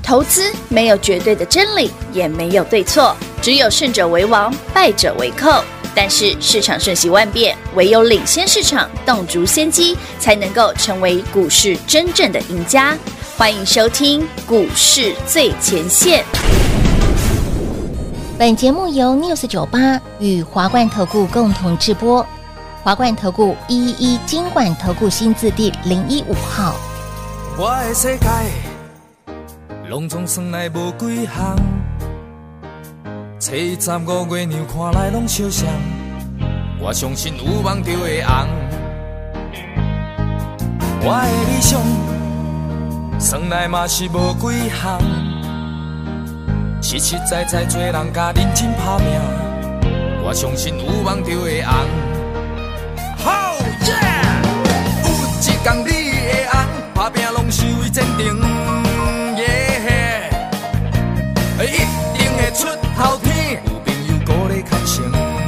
投资没有绝对的真理，也没有对错，只有胜者为王，败者为寇。但是市场瞬息万变，唯有领先市场，洞烛先机，才能够成为股市真正的赢家。欢迎收听股市最前线。 本节目由 News98 与华冠投顾共同制播，华冠投顾111金管投顾新字第015号。 我的世界拢总算来无几项，初15月娘看来拢相像，我相信有望就会红。我的理想算来嘛是无几项，实实在在做人甲认真打拼，我相信有望就会红。好耶！有一天你会红，打拼拢是为前程。一定会出头天，有朋友鼓励牵绳。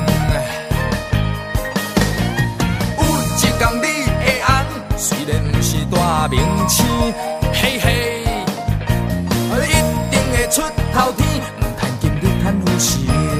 有一天你会红，虽然不是大明星，嘿嘿，一定会出头天，不谈金你谈富士。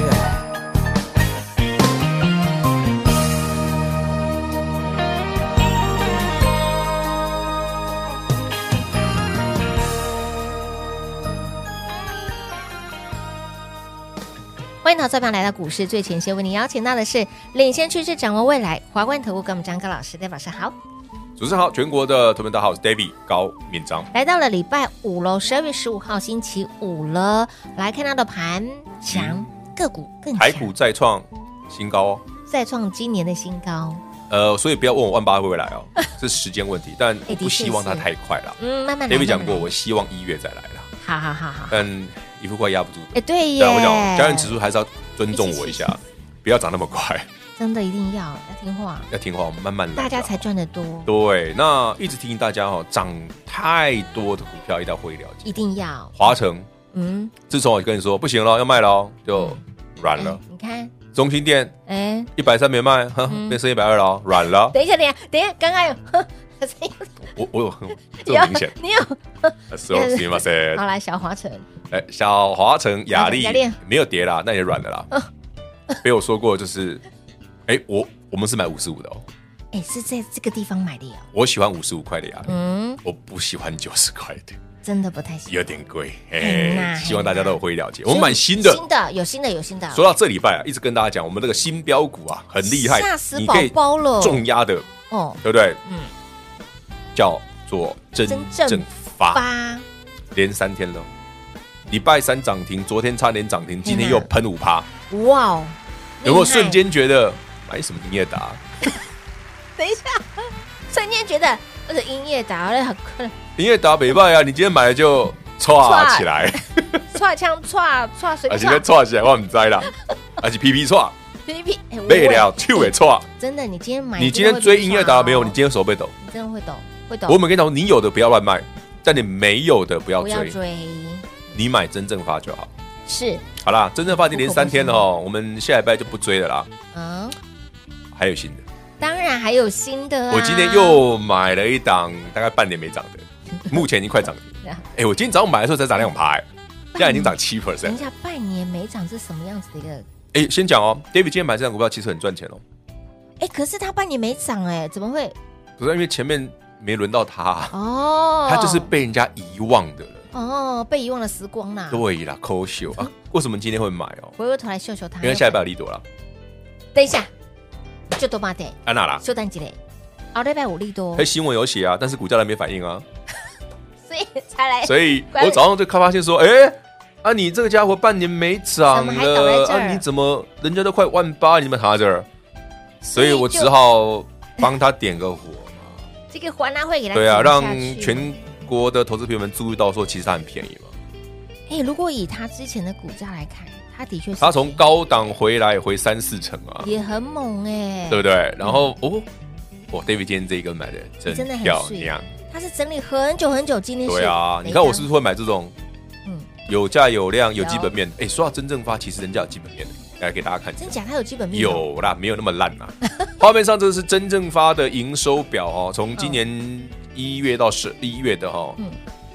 欢迎投资朋友来到股市最前线，为您邀请到的是领先趋势、掌握未来华冠投顾跟我们张高老师，David老师好。 主持人好，全国的投资大家好，我是 David 高敏章。 来到了礼拜五喽，12月15号星期五了。来看到的盘强，个股更强， 台股再创新高哦， 再创今年的新高。 所以不要问我1.8会不会来哦，这是时间问题，但我不希望它太快了。 慢慢来。 David 讲过，我希望1月再来了。 好。 但一副快压不住的。 对耶。 我讲，加权指数还是要尊重我一下，不要涨那么快。 真的一定要听话， 要听话，我们慢慢来， 大家才赚得多。 对，那一直提醒大家哦，涨太多的股票一定要会了解， 一定要。 华城，自从我跟你说不行了，要卖了哦，就软了。 你看， 中心店，130没卖，变成120了，软了。 等一下，刚刚有。 我有这么明显？ 你有？ 是吗？ 好来，小华城， 小华城雅力没有跌啦，那也软了啦。被我说过，就是我们是买55的哦。 是在这个地方買的哦。 我喜欢55塊的雅力，我不喜欢90塊的， 真的不太喜欢， 有點貴。希望大家都會了解。我們買新的， 有新的。 說到這禮拜啊，一直跟大家講，我們這個新標股啊，很厲害， 嚇死寶寶了， 重壓的哦，對不對？叫做真正發，連3天了。禮拜3漲停，昨天差點漲停，今天又噴5%。 哇哦！ 有沒有瞬間覺得買什麼英業達？ 等一下，瞬間覺得那是英業達， 英業達沒敗啊！你今天買了就唰起來， 唰槍唰隨便而且唰起來我不知啦，而且皮唰，背了手也唰。真的， 你今天買， 你今天追英業達沒有？你今天手被抖， 你真的會抖。 我們跟你講，你有的不要亂賣，但你沒有的不要追，你買真正發就好。 是， 好啦，真正發已經連3天了哦，我們下禮拜就不追了啦。還有新的， 當然還有新的啊。 我今天又買了一檔大概半年沒漲的，目前已經快漲停。我今天早上買的時候才漲2%，現在已經漲7%。 人家半年沒漲是什麼樣子的一個？ 先講哦 ，David 今天買這檔股票其實很賺錢哦。 可是他半年沒漲怎麼會？ 不是因為前面沒輪到他哦，他就是被人家遺忘的了。 被遺忘的時光啦。 對啦，摳秀啊！為什麼今天會買哦？ 回過頭來秀秀他， 因為下禮拜有利多啦。 等一下，就多買點。 哪啦？ 秀蛋幾嘞？禮拜5利多。 新聞有寫啊，但是股價還沒反應啊， 所以才來。 所以我早上就發現說，你這個家伙半年沒漲了，你怎麼人家都快18000，你怎麼躺在這兒？所以我只好幫他點個火嘛。 這個還拿會給他對啊，讓全國的投資朋友們注意到說，其實它很便宜嘛。 如果以他之前的股價來看，他的確是他從高檔回來回3-4成啊， 也很猛對不對？然後David 今天這一根買的真漂亮， 他是整理很久很久，今天對啊，你看我是不是會買這種有價有量有基本面？說到真正發，其實人家有基本面的，來給大家看。 真假？它有基本面？ 有啦，沒有那麼爛啦。畫面上這是真正發的營收表哦，從今年1月到11月的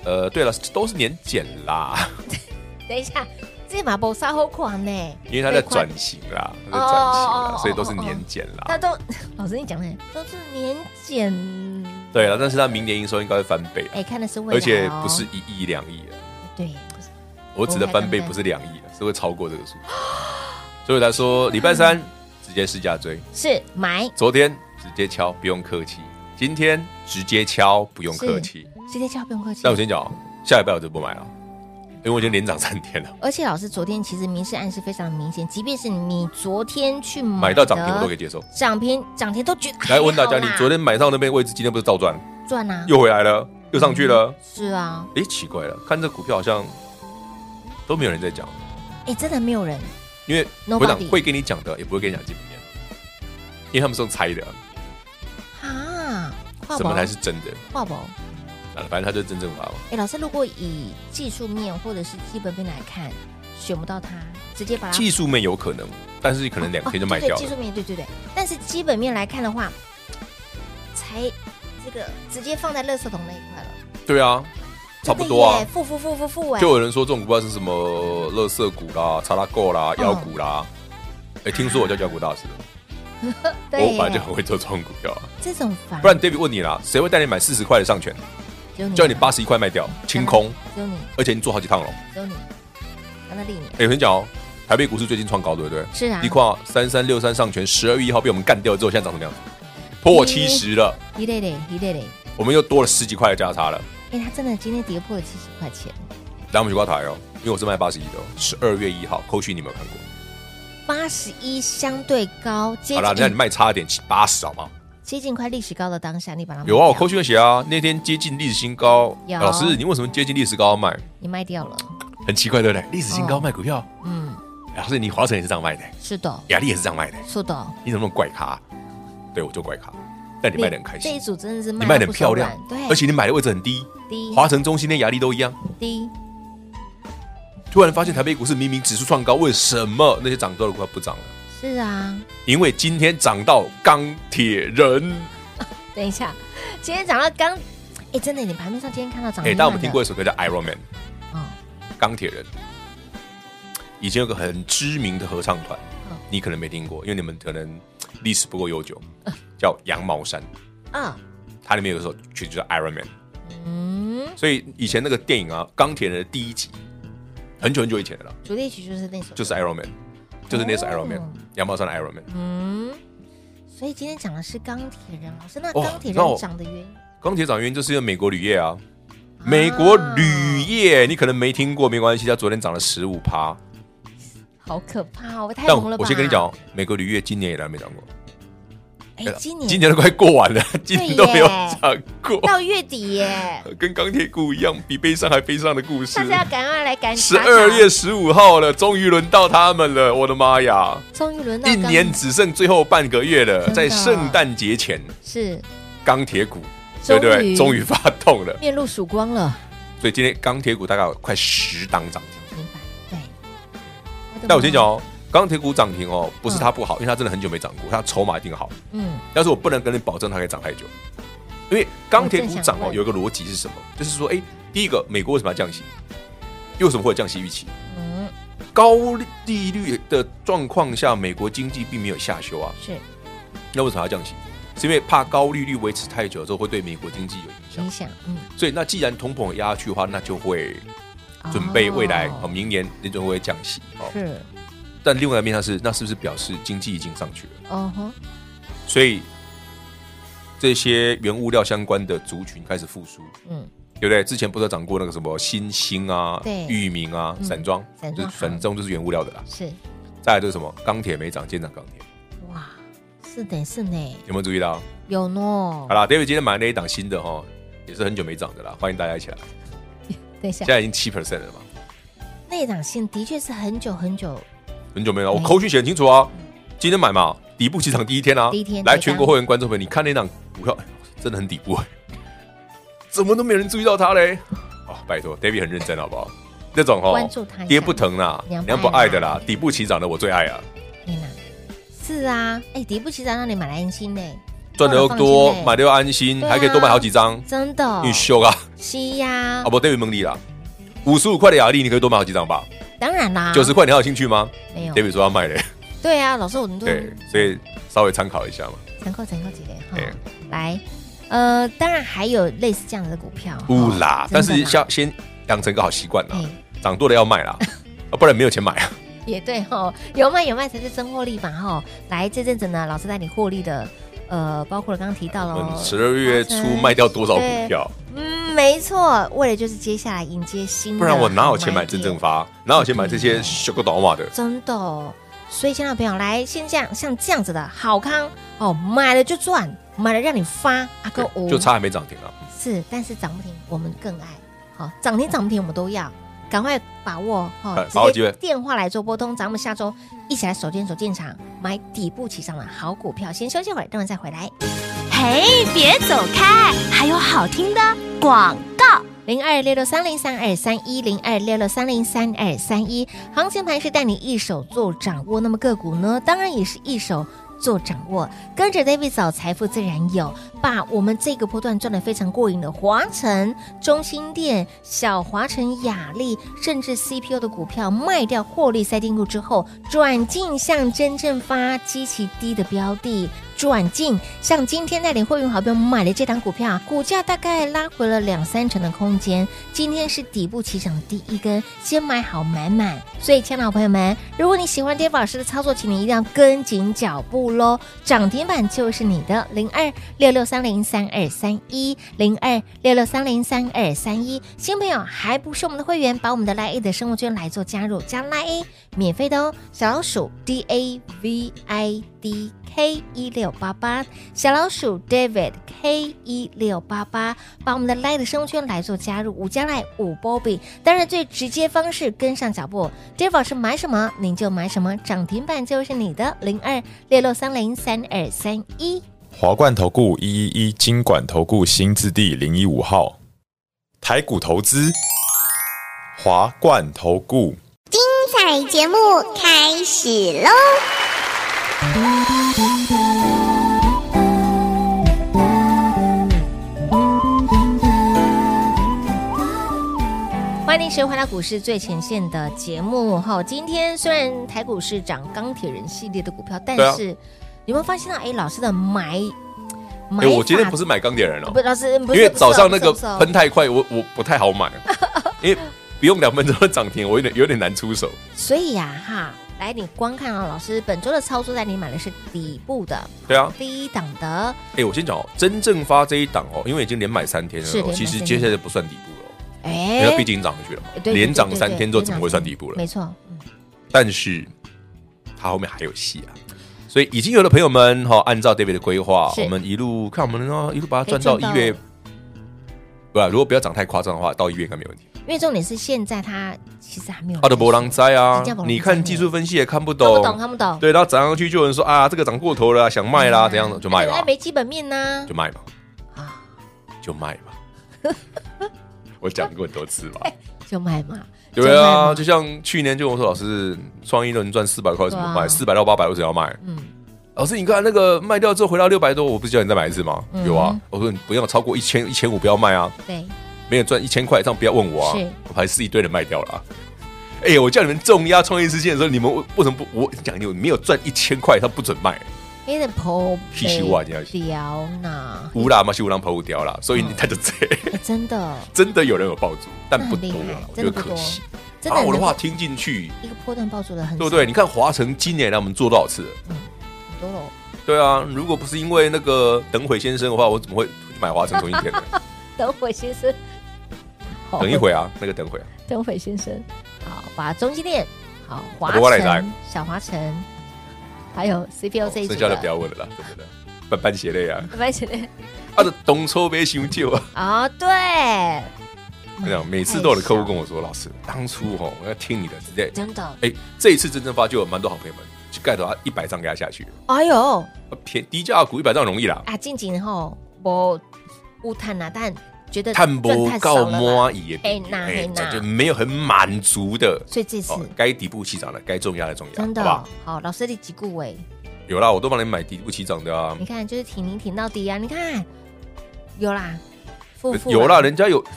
对了，都是年检啦。 等一下，这嘛没啥好看呢， 因为它在转型啦，它在转型啦，所以都是年检啦。 它都老师你讲的都是年检。 对了，但是它明年营收应该会翻倍。 看的是未来， 而且不是1亿2亿了。 对， 我指的翻倍不是2亿了，是会超过这个数字。所以来说，礼拜三直接市价追， 是买。 昨天直接敲，不用客气。今天直接敲，不用客气。 直接敲，不用客气。 但我先讲，下礼拜我就不买了。因为我已经连涨3天了， 而且老师昨天其实明示暗示非常明显，即便是你昨天去买到涨停，我都可以接受。 涨停都觉得来问大家，你昨天买上那边位置，今天不是照赚？ 赚啊， 又回来了，又上去了。 是啊， 奇怪了，看这股票好像都没有人在讲。 真的没有人， 因为我讲会跟你讲的，也不会跟你讲基本面，因为他们是用猜的啊。 什么才是真的？ 话不。 反正它就是真正法。 老师，如果以技术面或者是基本面来看，选不到它，直接把它技术面有可能，但是可能2天就卖掉了。 技术面对，但是基本面来看的话，才这个直接放在垃圾桶那一块了。 对啊，差不多啊。 负就有人说这种股票是什么垃圾股啦、查拉购啦、妖股啦。听说我叫妖股大师。我本来就很会做这种股票啊。 这种反不然 David 问你啦，谁会带你买40块的上权？叫你81块卖掉，清空， 只有你， 而且你做好几趟了， 只有你，让他历年。 我跟你讲哦，台北股市最近创高，对不对？ 是啊。 一跨3363上权，12月1号被我们干掉之后，现在涨成这样子，破70了。 一类， 我们又多了10几块的价差了。 他真的今天跌破了70块钱。 来，我们去挂台哦，因为我是卖81的哦，12月1号，扣讯你有没有看过 ？81相对高， 好了，那你卖差点80好吗？ 接近快历史高的当下，你把它卖有啊，我扣讯写啊，那天接近历史新高。老师，你为什么接近历史高卖？ 你卖掉了， 很奇怪对不对？历史新高卖股票，老师，你华晨也是这样卖的， 是的， 雅力也是这样卖的， 是的， 你怎么那么怪咖？对，我就怪咖，但你卖得很开心， 这一组真的是你卖得很漂亮， 对， 而且你买的位置很低，华晨、中心、雅力都一样低。 突然发现台北股市明明指数创高，为什么那些涨多的股票不涨了？ 是啊， 因为今天涨到钢铁人。 等一下，今天涨到钢，真的，你盘面上今天看到涨。 大家有没有听过一首歌叫《Iron Man》？钢铁人。以前有个很知名的合唱团，你可能没听过，因为你们可能历史不够悠久，叫羊毛衫。它里面有一首曲子叫《Iron Man》。所以以前那个电影啊，钢铁人的第1集，很久以前的了。 主题曲就是那首， 就是 Iron Man， 就是那首 Iron Man， 羊毛衫的 Iron Man。 所以今天讲的是钢铁人，老师，那钢铁人涨的原因？ 钢铁涨原因就是因为美国铝业啊，美国铝业你可能没听过，没关系，它昨天涨了15%， 好可怕哦，太但猛了吧！ 我先跟你讲，美国铝业今年以来没涨过。 今年都快过完了，今年都没有涨过， 到月底耶， 跟钢铁股一样，比悲伤还悲伤的故事。 大家要赶快来赶 12月15号了，终于轮到他们了，我的妈呀！ 终于轮到 1年只剩最后半个月了，在圣诞节前是钢铁股，对不对？终于发动了， 面露曙光了。 所以今天钢铁股大概有快10档涨停， 明白？对。 但我先讲哦。钢铁股涨停哦，不是它不好，因为它真的很久没涨过，它筹码一定好。但是我不能跟你保证它可以涨太久，因为钢铁股涨哦，有一个逻辑是什么？就是说，第一个，美国为什么要降息？又为什么会有降息预期？高利率的状况下，美国经济并没有下修啊。 是。 那为什么要降息？是因为怕高利率维持太久之后会对美国经济有影响。所以那既然通膨压下去的话，那就会准备未来明年联准会降息。 是。 但另外一面上是，那是不是表示经济已经上去了？所以这些原物料相关的族群开始复苏，对不对？之前不是涨过那个什么新兴啊、裕民啊、散装，就是散装就是原物料的啦。 是。 再来就是什么钢铁没涨，今天涨钢铁。 哇，是呢。 有没有注意到？ 有呢。 好啦 ，David 今天买了那一档新的哈，也是很久没涨的啦，欢迎大家一起来。 等一下， 现在已经7% 了嘛。 那一档新的确是很久没了，我口讯写很清楚啊。今天买嘛，底部起涨第一天啊，来全国会员观众朋友，你看那档股票真的很底部，怎么都没人注意到它嘞？拜托 ，David 很认真好不好？那种关注它， 跌不疼啦，娘不爱的啦，底部起涨的我最爱啊。 是啊，底部起涨让你买来安心呢。 赚的又多，买的又安心，还可以多买好几张， 真的， 你秀啊！ 是呀， 不，David 蒙利啦，55块的雅丽你可以多买好几张吧？ 当然啦 ，90块你还有兴趣吗？ 没有 ，David 说要卖嘞。 对啊，老师我们都对，所以稍微参考一下嘛。 参考几类哈。来，当然还有类似这样的股票， 啦，但是先养成一个好习惯啦，涨多了要卖啦，不然没有钱买啊。 也对哈，有卖才是真获利嘛哈。来，这阵子呢，老师带你获利的。包括了刚刚提到了 12月初卖掉多少股票？ 没错，为了就是接下来迎接新的， 不然我哪有钱买真正发，哪有钱买这些小个倒码的？ 真的，所以亲爱的朋友，来先像这样子的好康哦，买了就赚，买了让你发啊个就差还没涨停啊。 是，但是涨不停我们更爱，好涨停我们都要。赶快把握直接电话来做拨通，咱们下周一起来手牵手进场买底部起上的好股票。先休息会儿，等会再回来。 嘿，别走开，还有好听的广告。 0266303231，0266303231，行情盘是带你一手做掌握，那么个股呢，当然也是一手做掌握，跟着 David 走，财富自然有。把我们这个波段赚得非常过瘾的华城、中兴电、小华城、雅力，甚至 CPU 的股票卖掉获利塞进库之后，转进向真正发基期低的标的，转进像今天带领会员好朋友买的这档股票，股价大概拉回了2-3成的空间，今天是底部起涨的第一根，先买好买满。所以亲爱的朋友们，如果你喜欢 David 老师的操作，请你一定要跟紧脚步咯，涨停板就是你的。0266303231，0266303231，新朋友还不是我们的会员，把我们的 LINE 的生活圈来做加入，加 LINE 免费的哦，小老鼠 DAVIDK1688，小老鼠 David K1688，把我们的 LINE 的生活圈来做加入，5加 LINE 5 Bobby， 当然最直接方式跟上脚步 ，David 老师买什么您就买什么，涨停板就是你的。0266303231。 华冠投顾111金管投顾新字第015号，台股投资，华冠投顾。 彩节目开始喽！ 欢迎回到股市最前线的节目哈。今天虽然台股是涨钢铁人系列的股票，但是有没有发现到？老师的买我今天不是买钢铁人哦， 不，老师不是， 因为早上那个喷太快，我不太好买，因为不用2分钟的涨停，我有点难出手。 所以呀，来你光看老师本周的操作，在你买的是底部的， 对啊， 第一档的。 我先讲真正发这一档因为已经连买3天了，其实接下来不算底部了。因为毕竟涨回去了嘛，连涨3天之后怎么会算底部了？ 没错， 但是它后面还有戏啊，所以已经有的朋友们按照 David 的规划，我们一路看我们一路把它赚到1月，对吧？如果不要涨太夸张的话，到1月应该没有问题。 因为重点是现在它其实还没有， 的没人知啊，你看技术分析也看不懂， 看不懂。 对，然后涨上去就有人说这个涨过头了，想卖啦，怎样的就卖吧， 没基本面呢， 就卖吧，就卖吧。我讲过很多次嘛， 就卖嘛。 对啊，就像去年就我说老师，创意轮赚400块怎么卖？400到800为什么要卖？老师你看那个卖掉之后回到600多，我不是叫你再买一次吗？有啊，我说你不要超过1000、1500不要卖啊。 对， 没有赚1000块，这样不要问我啊。我还是一堆人卖掉了。我叫你们重压创业事件的时候，你们为什么不？我讲你没有赚1000块，他不准卖。 有点破屁哇！你要掉呢？ 乌啦嘛是乌浪破掉了，所以他就这。真的有人有爆足，但不多了，我觉得可惜。把我的话听进去， 一个波段爆足的很， 对不对？你看华城今年来我们做多少次了？ 很多了。 对啊，如果不是因为那个等会先生的话，我怎么会买华城重新填呢？ 等会先生， 等一会啊，那个等会啊， 等会先生，好，把中积电，好，华城、小华城。还有 CPU 这一组剩下的不要问了啦，真的搬鞋类啊， 搬鞋类， 的东抽没修旧啊，对， 我讲每次都有的客户跟我说，老师当初我要听你的，直接真的， 这一次真正发就有蛮多好朋友们去盖头100张给他下去， 哎呦， 低价股100张容易啦， 近几年后我无谈啦，但觉得碳不够满意的，就没有很满足的， 所以这次该底部起涨的，该重压的重压， 真的好不好？ 好，老师你几顾有啦，我都帮你买底部起涨的啊。 你看，就是挺您挺到底啊！你看，有啦， 有啦，人家有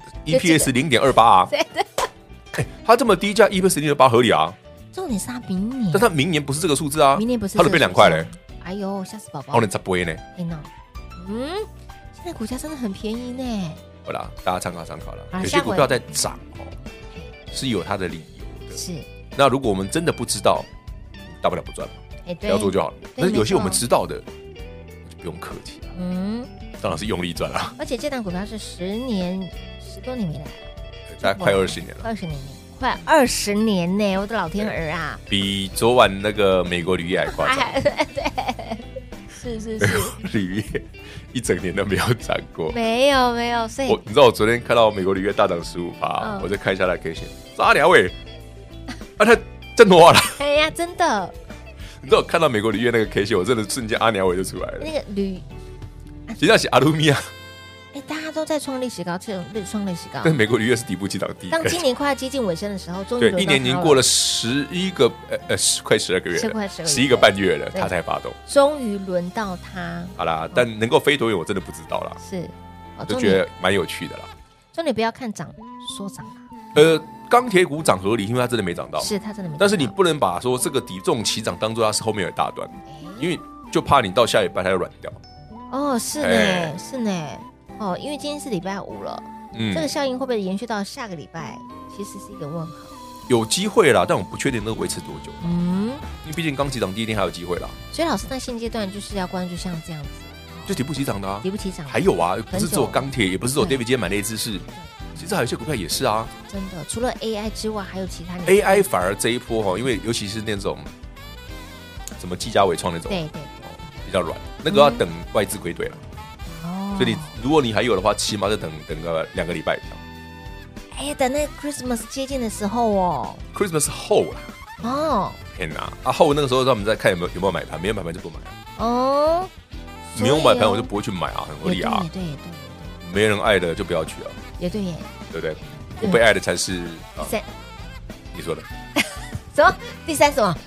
EPS 0.28啊。 对对， 它这么低价 EPS 0.28合理啊。 重点是它明年， 但它明年不是这个数字啊， 明年不是它都变2块嘞。 哎呦，吓死宝宝！ 后年10倍呢？ 天哪，现在股价真的很便宜呢。 好啦，大家参考参考了。 好， 有些股票在涨哦，是有它的理由的。 是。 那如果我们真的不知道，大不了不赚嘛，不要做就好了。但是有些我们知道的，就不用客气了。当然是用力赚了。 而且这档股票是10多年没来了， 大概快20年了。 快20年呢！我的老天儿啊， 比昨晚那个美国铝业还夸张。 对，是， 铝业1整年都没有涨过， 没有。所以你知道我昨天看到美国铝业大涨15%，我再看一下它 K 线，咋了喂？啊，它真多了！ 哎呀，真的。 你知道我看到美国铝业那个 K 线，我真的瞬间阿鸟尾就出来了。 那个铝， 实际上是阿鲁米亚。 大家都在创历史高，创历史高。 但美国铝业是底部起涨低。 当今年快要接近尾声的时候，终于对，1年已经过了快12个月了，11个半月了，它才发动。 终于轮到它。 好啦，但能够飞多远，我真的不知道啦。 是， 就觉得蛮有趣的啦。 重点不要看涨说涨啦。 钢铁股涨合理，因为它真的没涨到， 是它真的没涨到。 但是你不能把说这个底重起涨当做它是后面有大段，因为就怕你到下礼拜它要软掉。 哦，是呢。哦，因为今天是礼拜5了，这个效应会不会延续到下个礼拜？其实是一个问号。 有机会啦，但我不确定能够维持多久。因为毕竟刚起涨第一天还有机会啦。 所以老师，那现阶段就是要关注像这样子， 就底部起涨的啊， 底部起涨还有啊，不是只有钢铁，也不是只有 David 今天买那一只是，其实还有一些股票也是啊。 真的，除了 AI 之外，还有其他。 AI 反而这一波哈，因为尤其是那种什么技嘉、伟创那种， 对， 比较软，那个要等外资归队了。所以如果你还有的话，起码就等个2个礼拜。 等那 Christmas 接近的时候哦 ，Christmas 后啦。 哦， 天哪！后那个时候他们在看有没有买盘，没有买盘就不买了。 哦， 没有买盘我就不会去买啊，很合理啊。 对， 没人爱的就不要去啊。 也对耶， 对不对？不被爱的才是你说的什么？第三什么？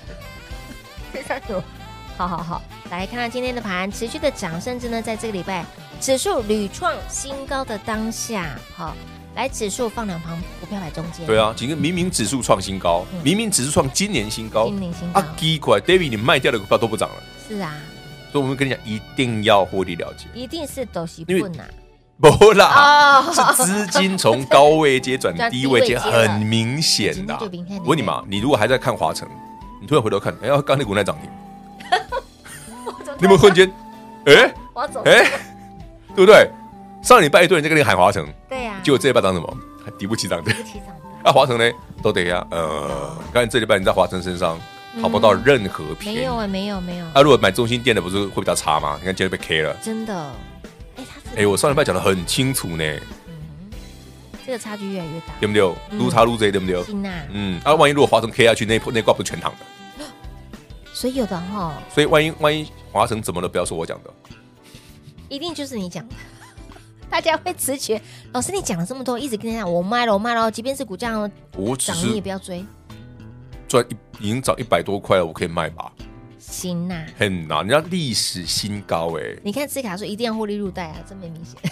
好，来看看今天的盘持续的涨，甚至呢，在这个礼拜指数屡创新高的当下，好，来指数放两旁，股票摆中间。 对啊，明明指数创新高，明明指数创今年新高，奇怪 ，David 你卖掉的股票都不涨了。 是啊， 所以我们跟你讲，一定要获利了结， 一定是都是笨呐。 不啦，是资金从高位阶转低位阶，很明显的。我问你嘛，你如果还在看华城，你突然回头看，哎，钢铁股在涨停。你有没有瞬间？对不对？上礼拜一堆人在跟你喊华城， 对呀， 结果这礼拜涨什么？底部起涨的。华城呢？都得呀。刚才这礼拜你在华城身上讨不到任何便宜， 没有。 如果买中心店的，不是会比较差吗？你看今天被 K 了， 真的。 我上礼拜讲的很清楚呢。 这个差距越来越大， 对不对？撸差撸贼，对不对？万一如果华城 K 下去，那挂不是全躺的。 所以有的哈， 所以万一华城怎么了？不要说我讲的， 一定就是你讲的。大家会直觉，老师你讲了这么多，一直跟你讲我卖了，即便是股价涨你也不要追， 已经涨100多块了，我可以卖吧？ 行呐， 很难，人家历史新高哎！ 你看兹卡说一定要获利入袋啊，真没明显。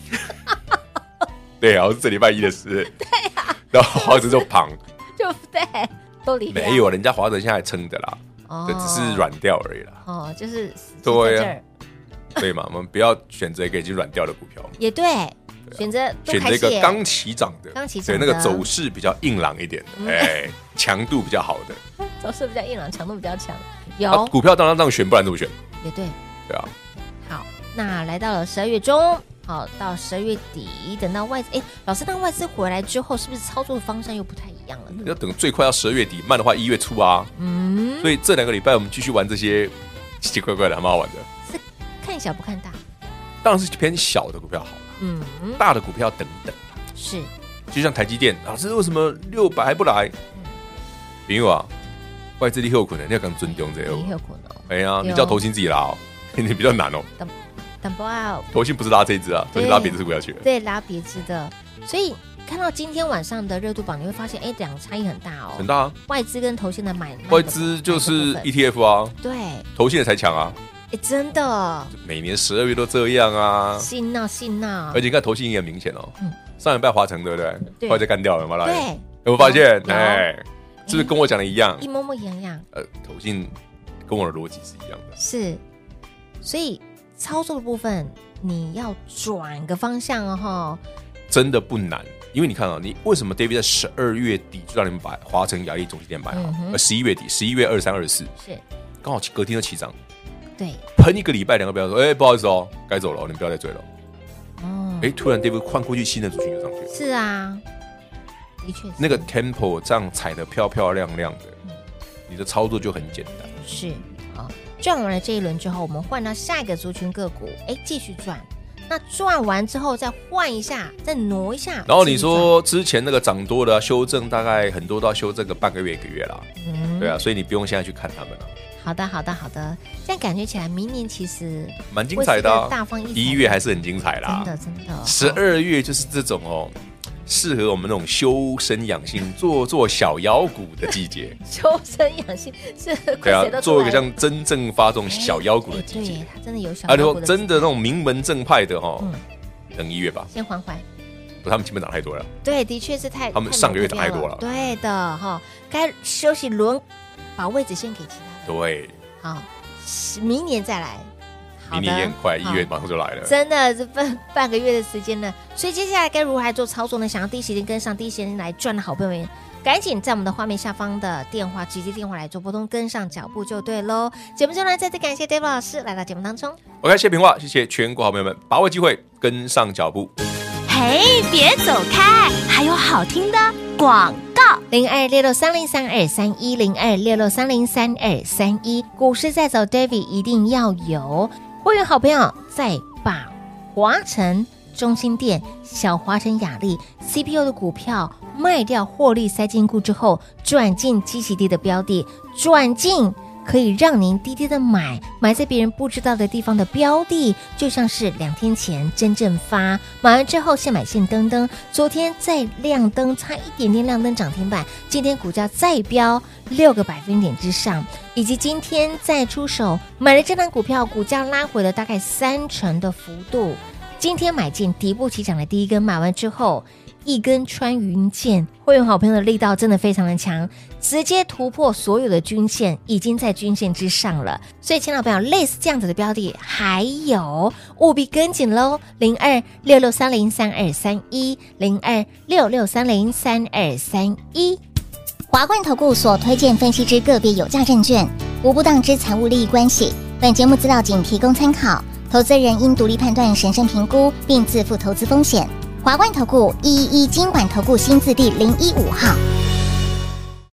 对啊，是这礼拜一的事。 对啊， 然后华城就胖， 就对，都离没有，人家华城现在还撑的啦。这只是软掉而已啦。 就是对啊，对嘛，我们不要选择一个已经软掉的股票。 也对，选择一个刚起涨的， 对， 那个走势比较硬朗一点的，强度比较好的， 走势比较硬朗，强度比较强。有股票当然这样选，不然怎么选？ 也对， 对啊。 好，那来到了12月中，好到12月底，等到外资，老师，那外资回来之后，是不是操作的方向又不太一样了呢？ 要等最快要12月底，慢的话1月初啊。所以这2个礼拜我们继续玩这些奇奇怪怪的，还蛮好玩的。 是看小不看大， 当然是偏小的股票好了。大的股票等等。 是， 就像台积电，老师为什么600还不来？因为外资力后可能你要更尊重这个。哎呀，你叫投信自己拉哦，你比较难哦。 等不到， 投信不是拉这一支啊，投信拉别支股票去了。 对，拉别支的。所以看到今天晚上的热度榜，你会发现，两个差异很大哦， 很大啊。 外资跟投信的买， 外资就是 ETF 啊， 对， 投信的才强啊。 真的， 每年12月都这样啊， 信闹， 而且你看投信也很明显哦。上礼拜华城对不对？ 对， 后来就干掉了嘛， 对， 有没有发现？是不是跟我讲的一样？ 一模一样。 投信跟我的逻辑是一样的。 是，所以操作的部分你要转个方向哦，真的不难。因为你看啊，你为什么 David 在12月底就让你们把华城、亚力、中心店买好？11月底，11月23、24是刚好隔天就起涨。 对， 喷一个礼拜，2个不要说，不好意思哦，该走了，你们不要再追了。突然 David 换过去，新的族群就上去了。 是啊，的确， 那个 tempo 这样踩得漂漂亮亮的，你的操作就很简单。 是，好，赚完了这一轮之后，我们换到下一个族群个股，继续赚。那赚完之后再换一下，再挪一下。 然后你说之前那个涨多的修正，大概很多都要修正个半个月、1个月啦。对啊，所以你不用现在去看他们了。 好的，这样感觉起来，明年其实蛮精彩的啊， 大放异彩。 1月还是很精彩啦， 真的。 12月就是这种适合我们那种修身养性、做小妖股的季节。 修身养性是对啊，做一个像真正发动小妖股的季节。 对，它真的有小妖股的。 真的那种名门正派的等1月吧， 先缓缓。 他们基本涨太多了。对， 的确是他们上个月涨太多了。 对的该休息轮，把位置先给其他的。 对， 好，明年再来。 明年也很快，1月马上就来了。 真的，这半个月的时间了，所以接下来该如何来做操作呢？想要第一时间跟上，第一时间来赚的好朋友们，赶紧在我们的画面下方的电话直接电话来做拨通，跟上脚步就对喽。节目中呢，再次感谢 David 老师来到节目当中。 OK， 谢谢平话，谢谢全国好朋友们，把握机会跟上脚步。 嘿，别走开，还有好听的广告。 0266303231，0266303231，股市在走 ，David 一定要有。会员好朋友再把华城、中兴电、小华城、亚力 CPU 的股票卖掉，获利塞进库之后，转进基期低的标的，转进可以让您低低的买在别人不知道的地方的标的，就像是2天前真正发，买完之后现买现登登，昨天再亮灯，差一点点亮灯涨停板，今天股价再飙6个百分点之上，以及今天再出手买了这档股票，股价拉回了大概30%的幅度，今天买进底部起涨的第一根，买完之后一根穿云箭，会员好朋友的力道真的非常的强，直接突破所有的均线，已经在均线之上了。所以，亲爱的朋友，类似这样子的标的还有，务必跟紧喽！0266303231，0266303231。 华冠投顾所推荐分析之个别有价证券，无不当之财务利益关系。本节目资料仅提供参考，投资人应独立判断、审慎评估，并自负投资风险。华冠投顾111金管投顾新字第015号。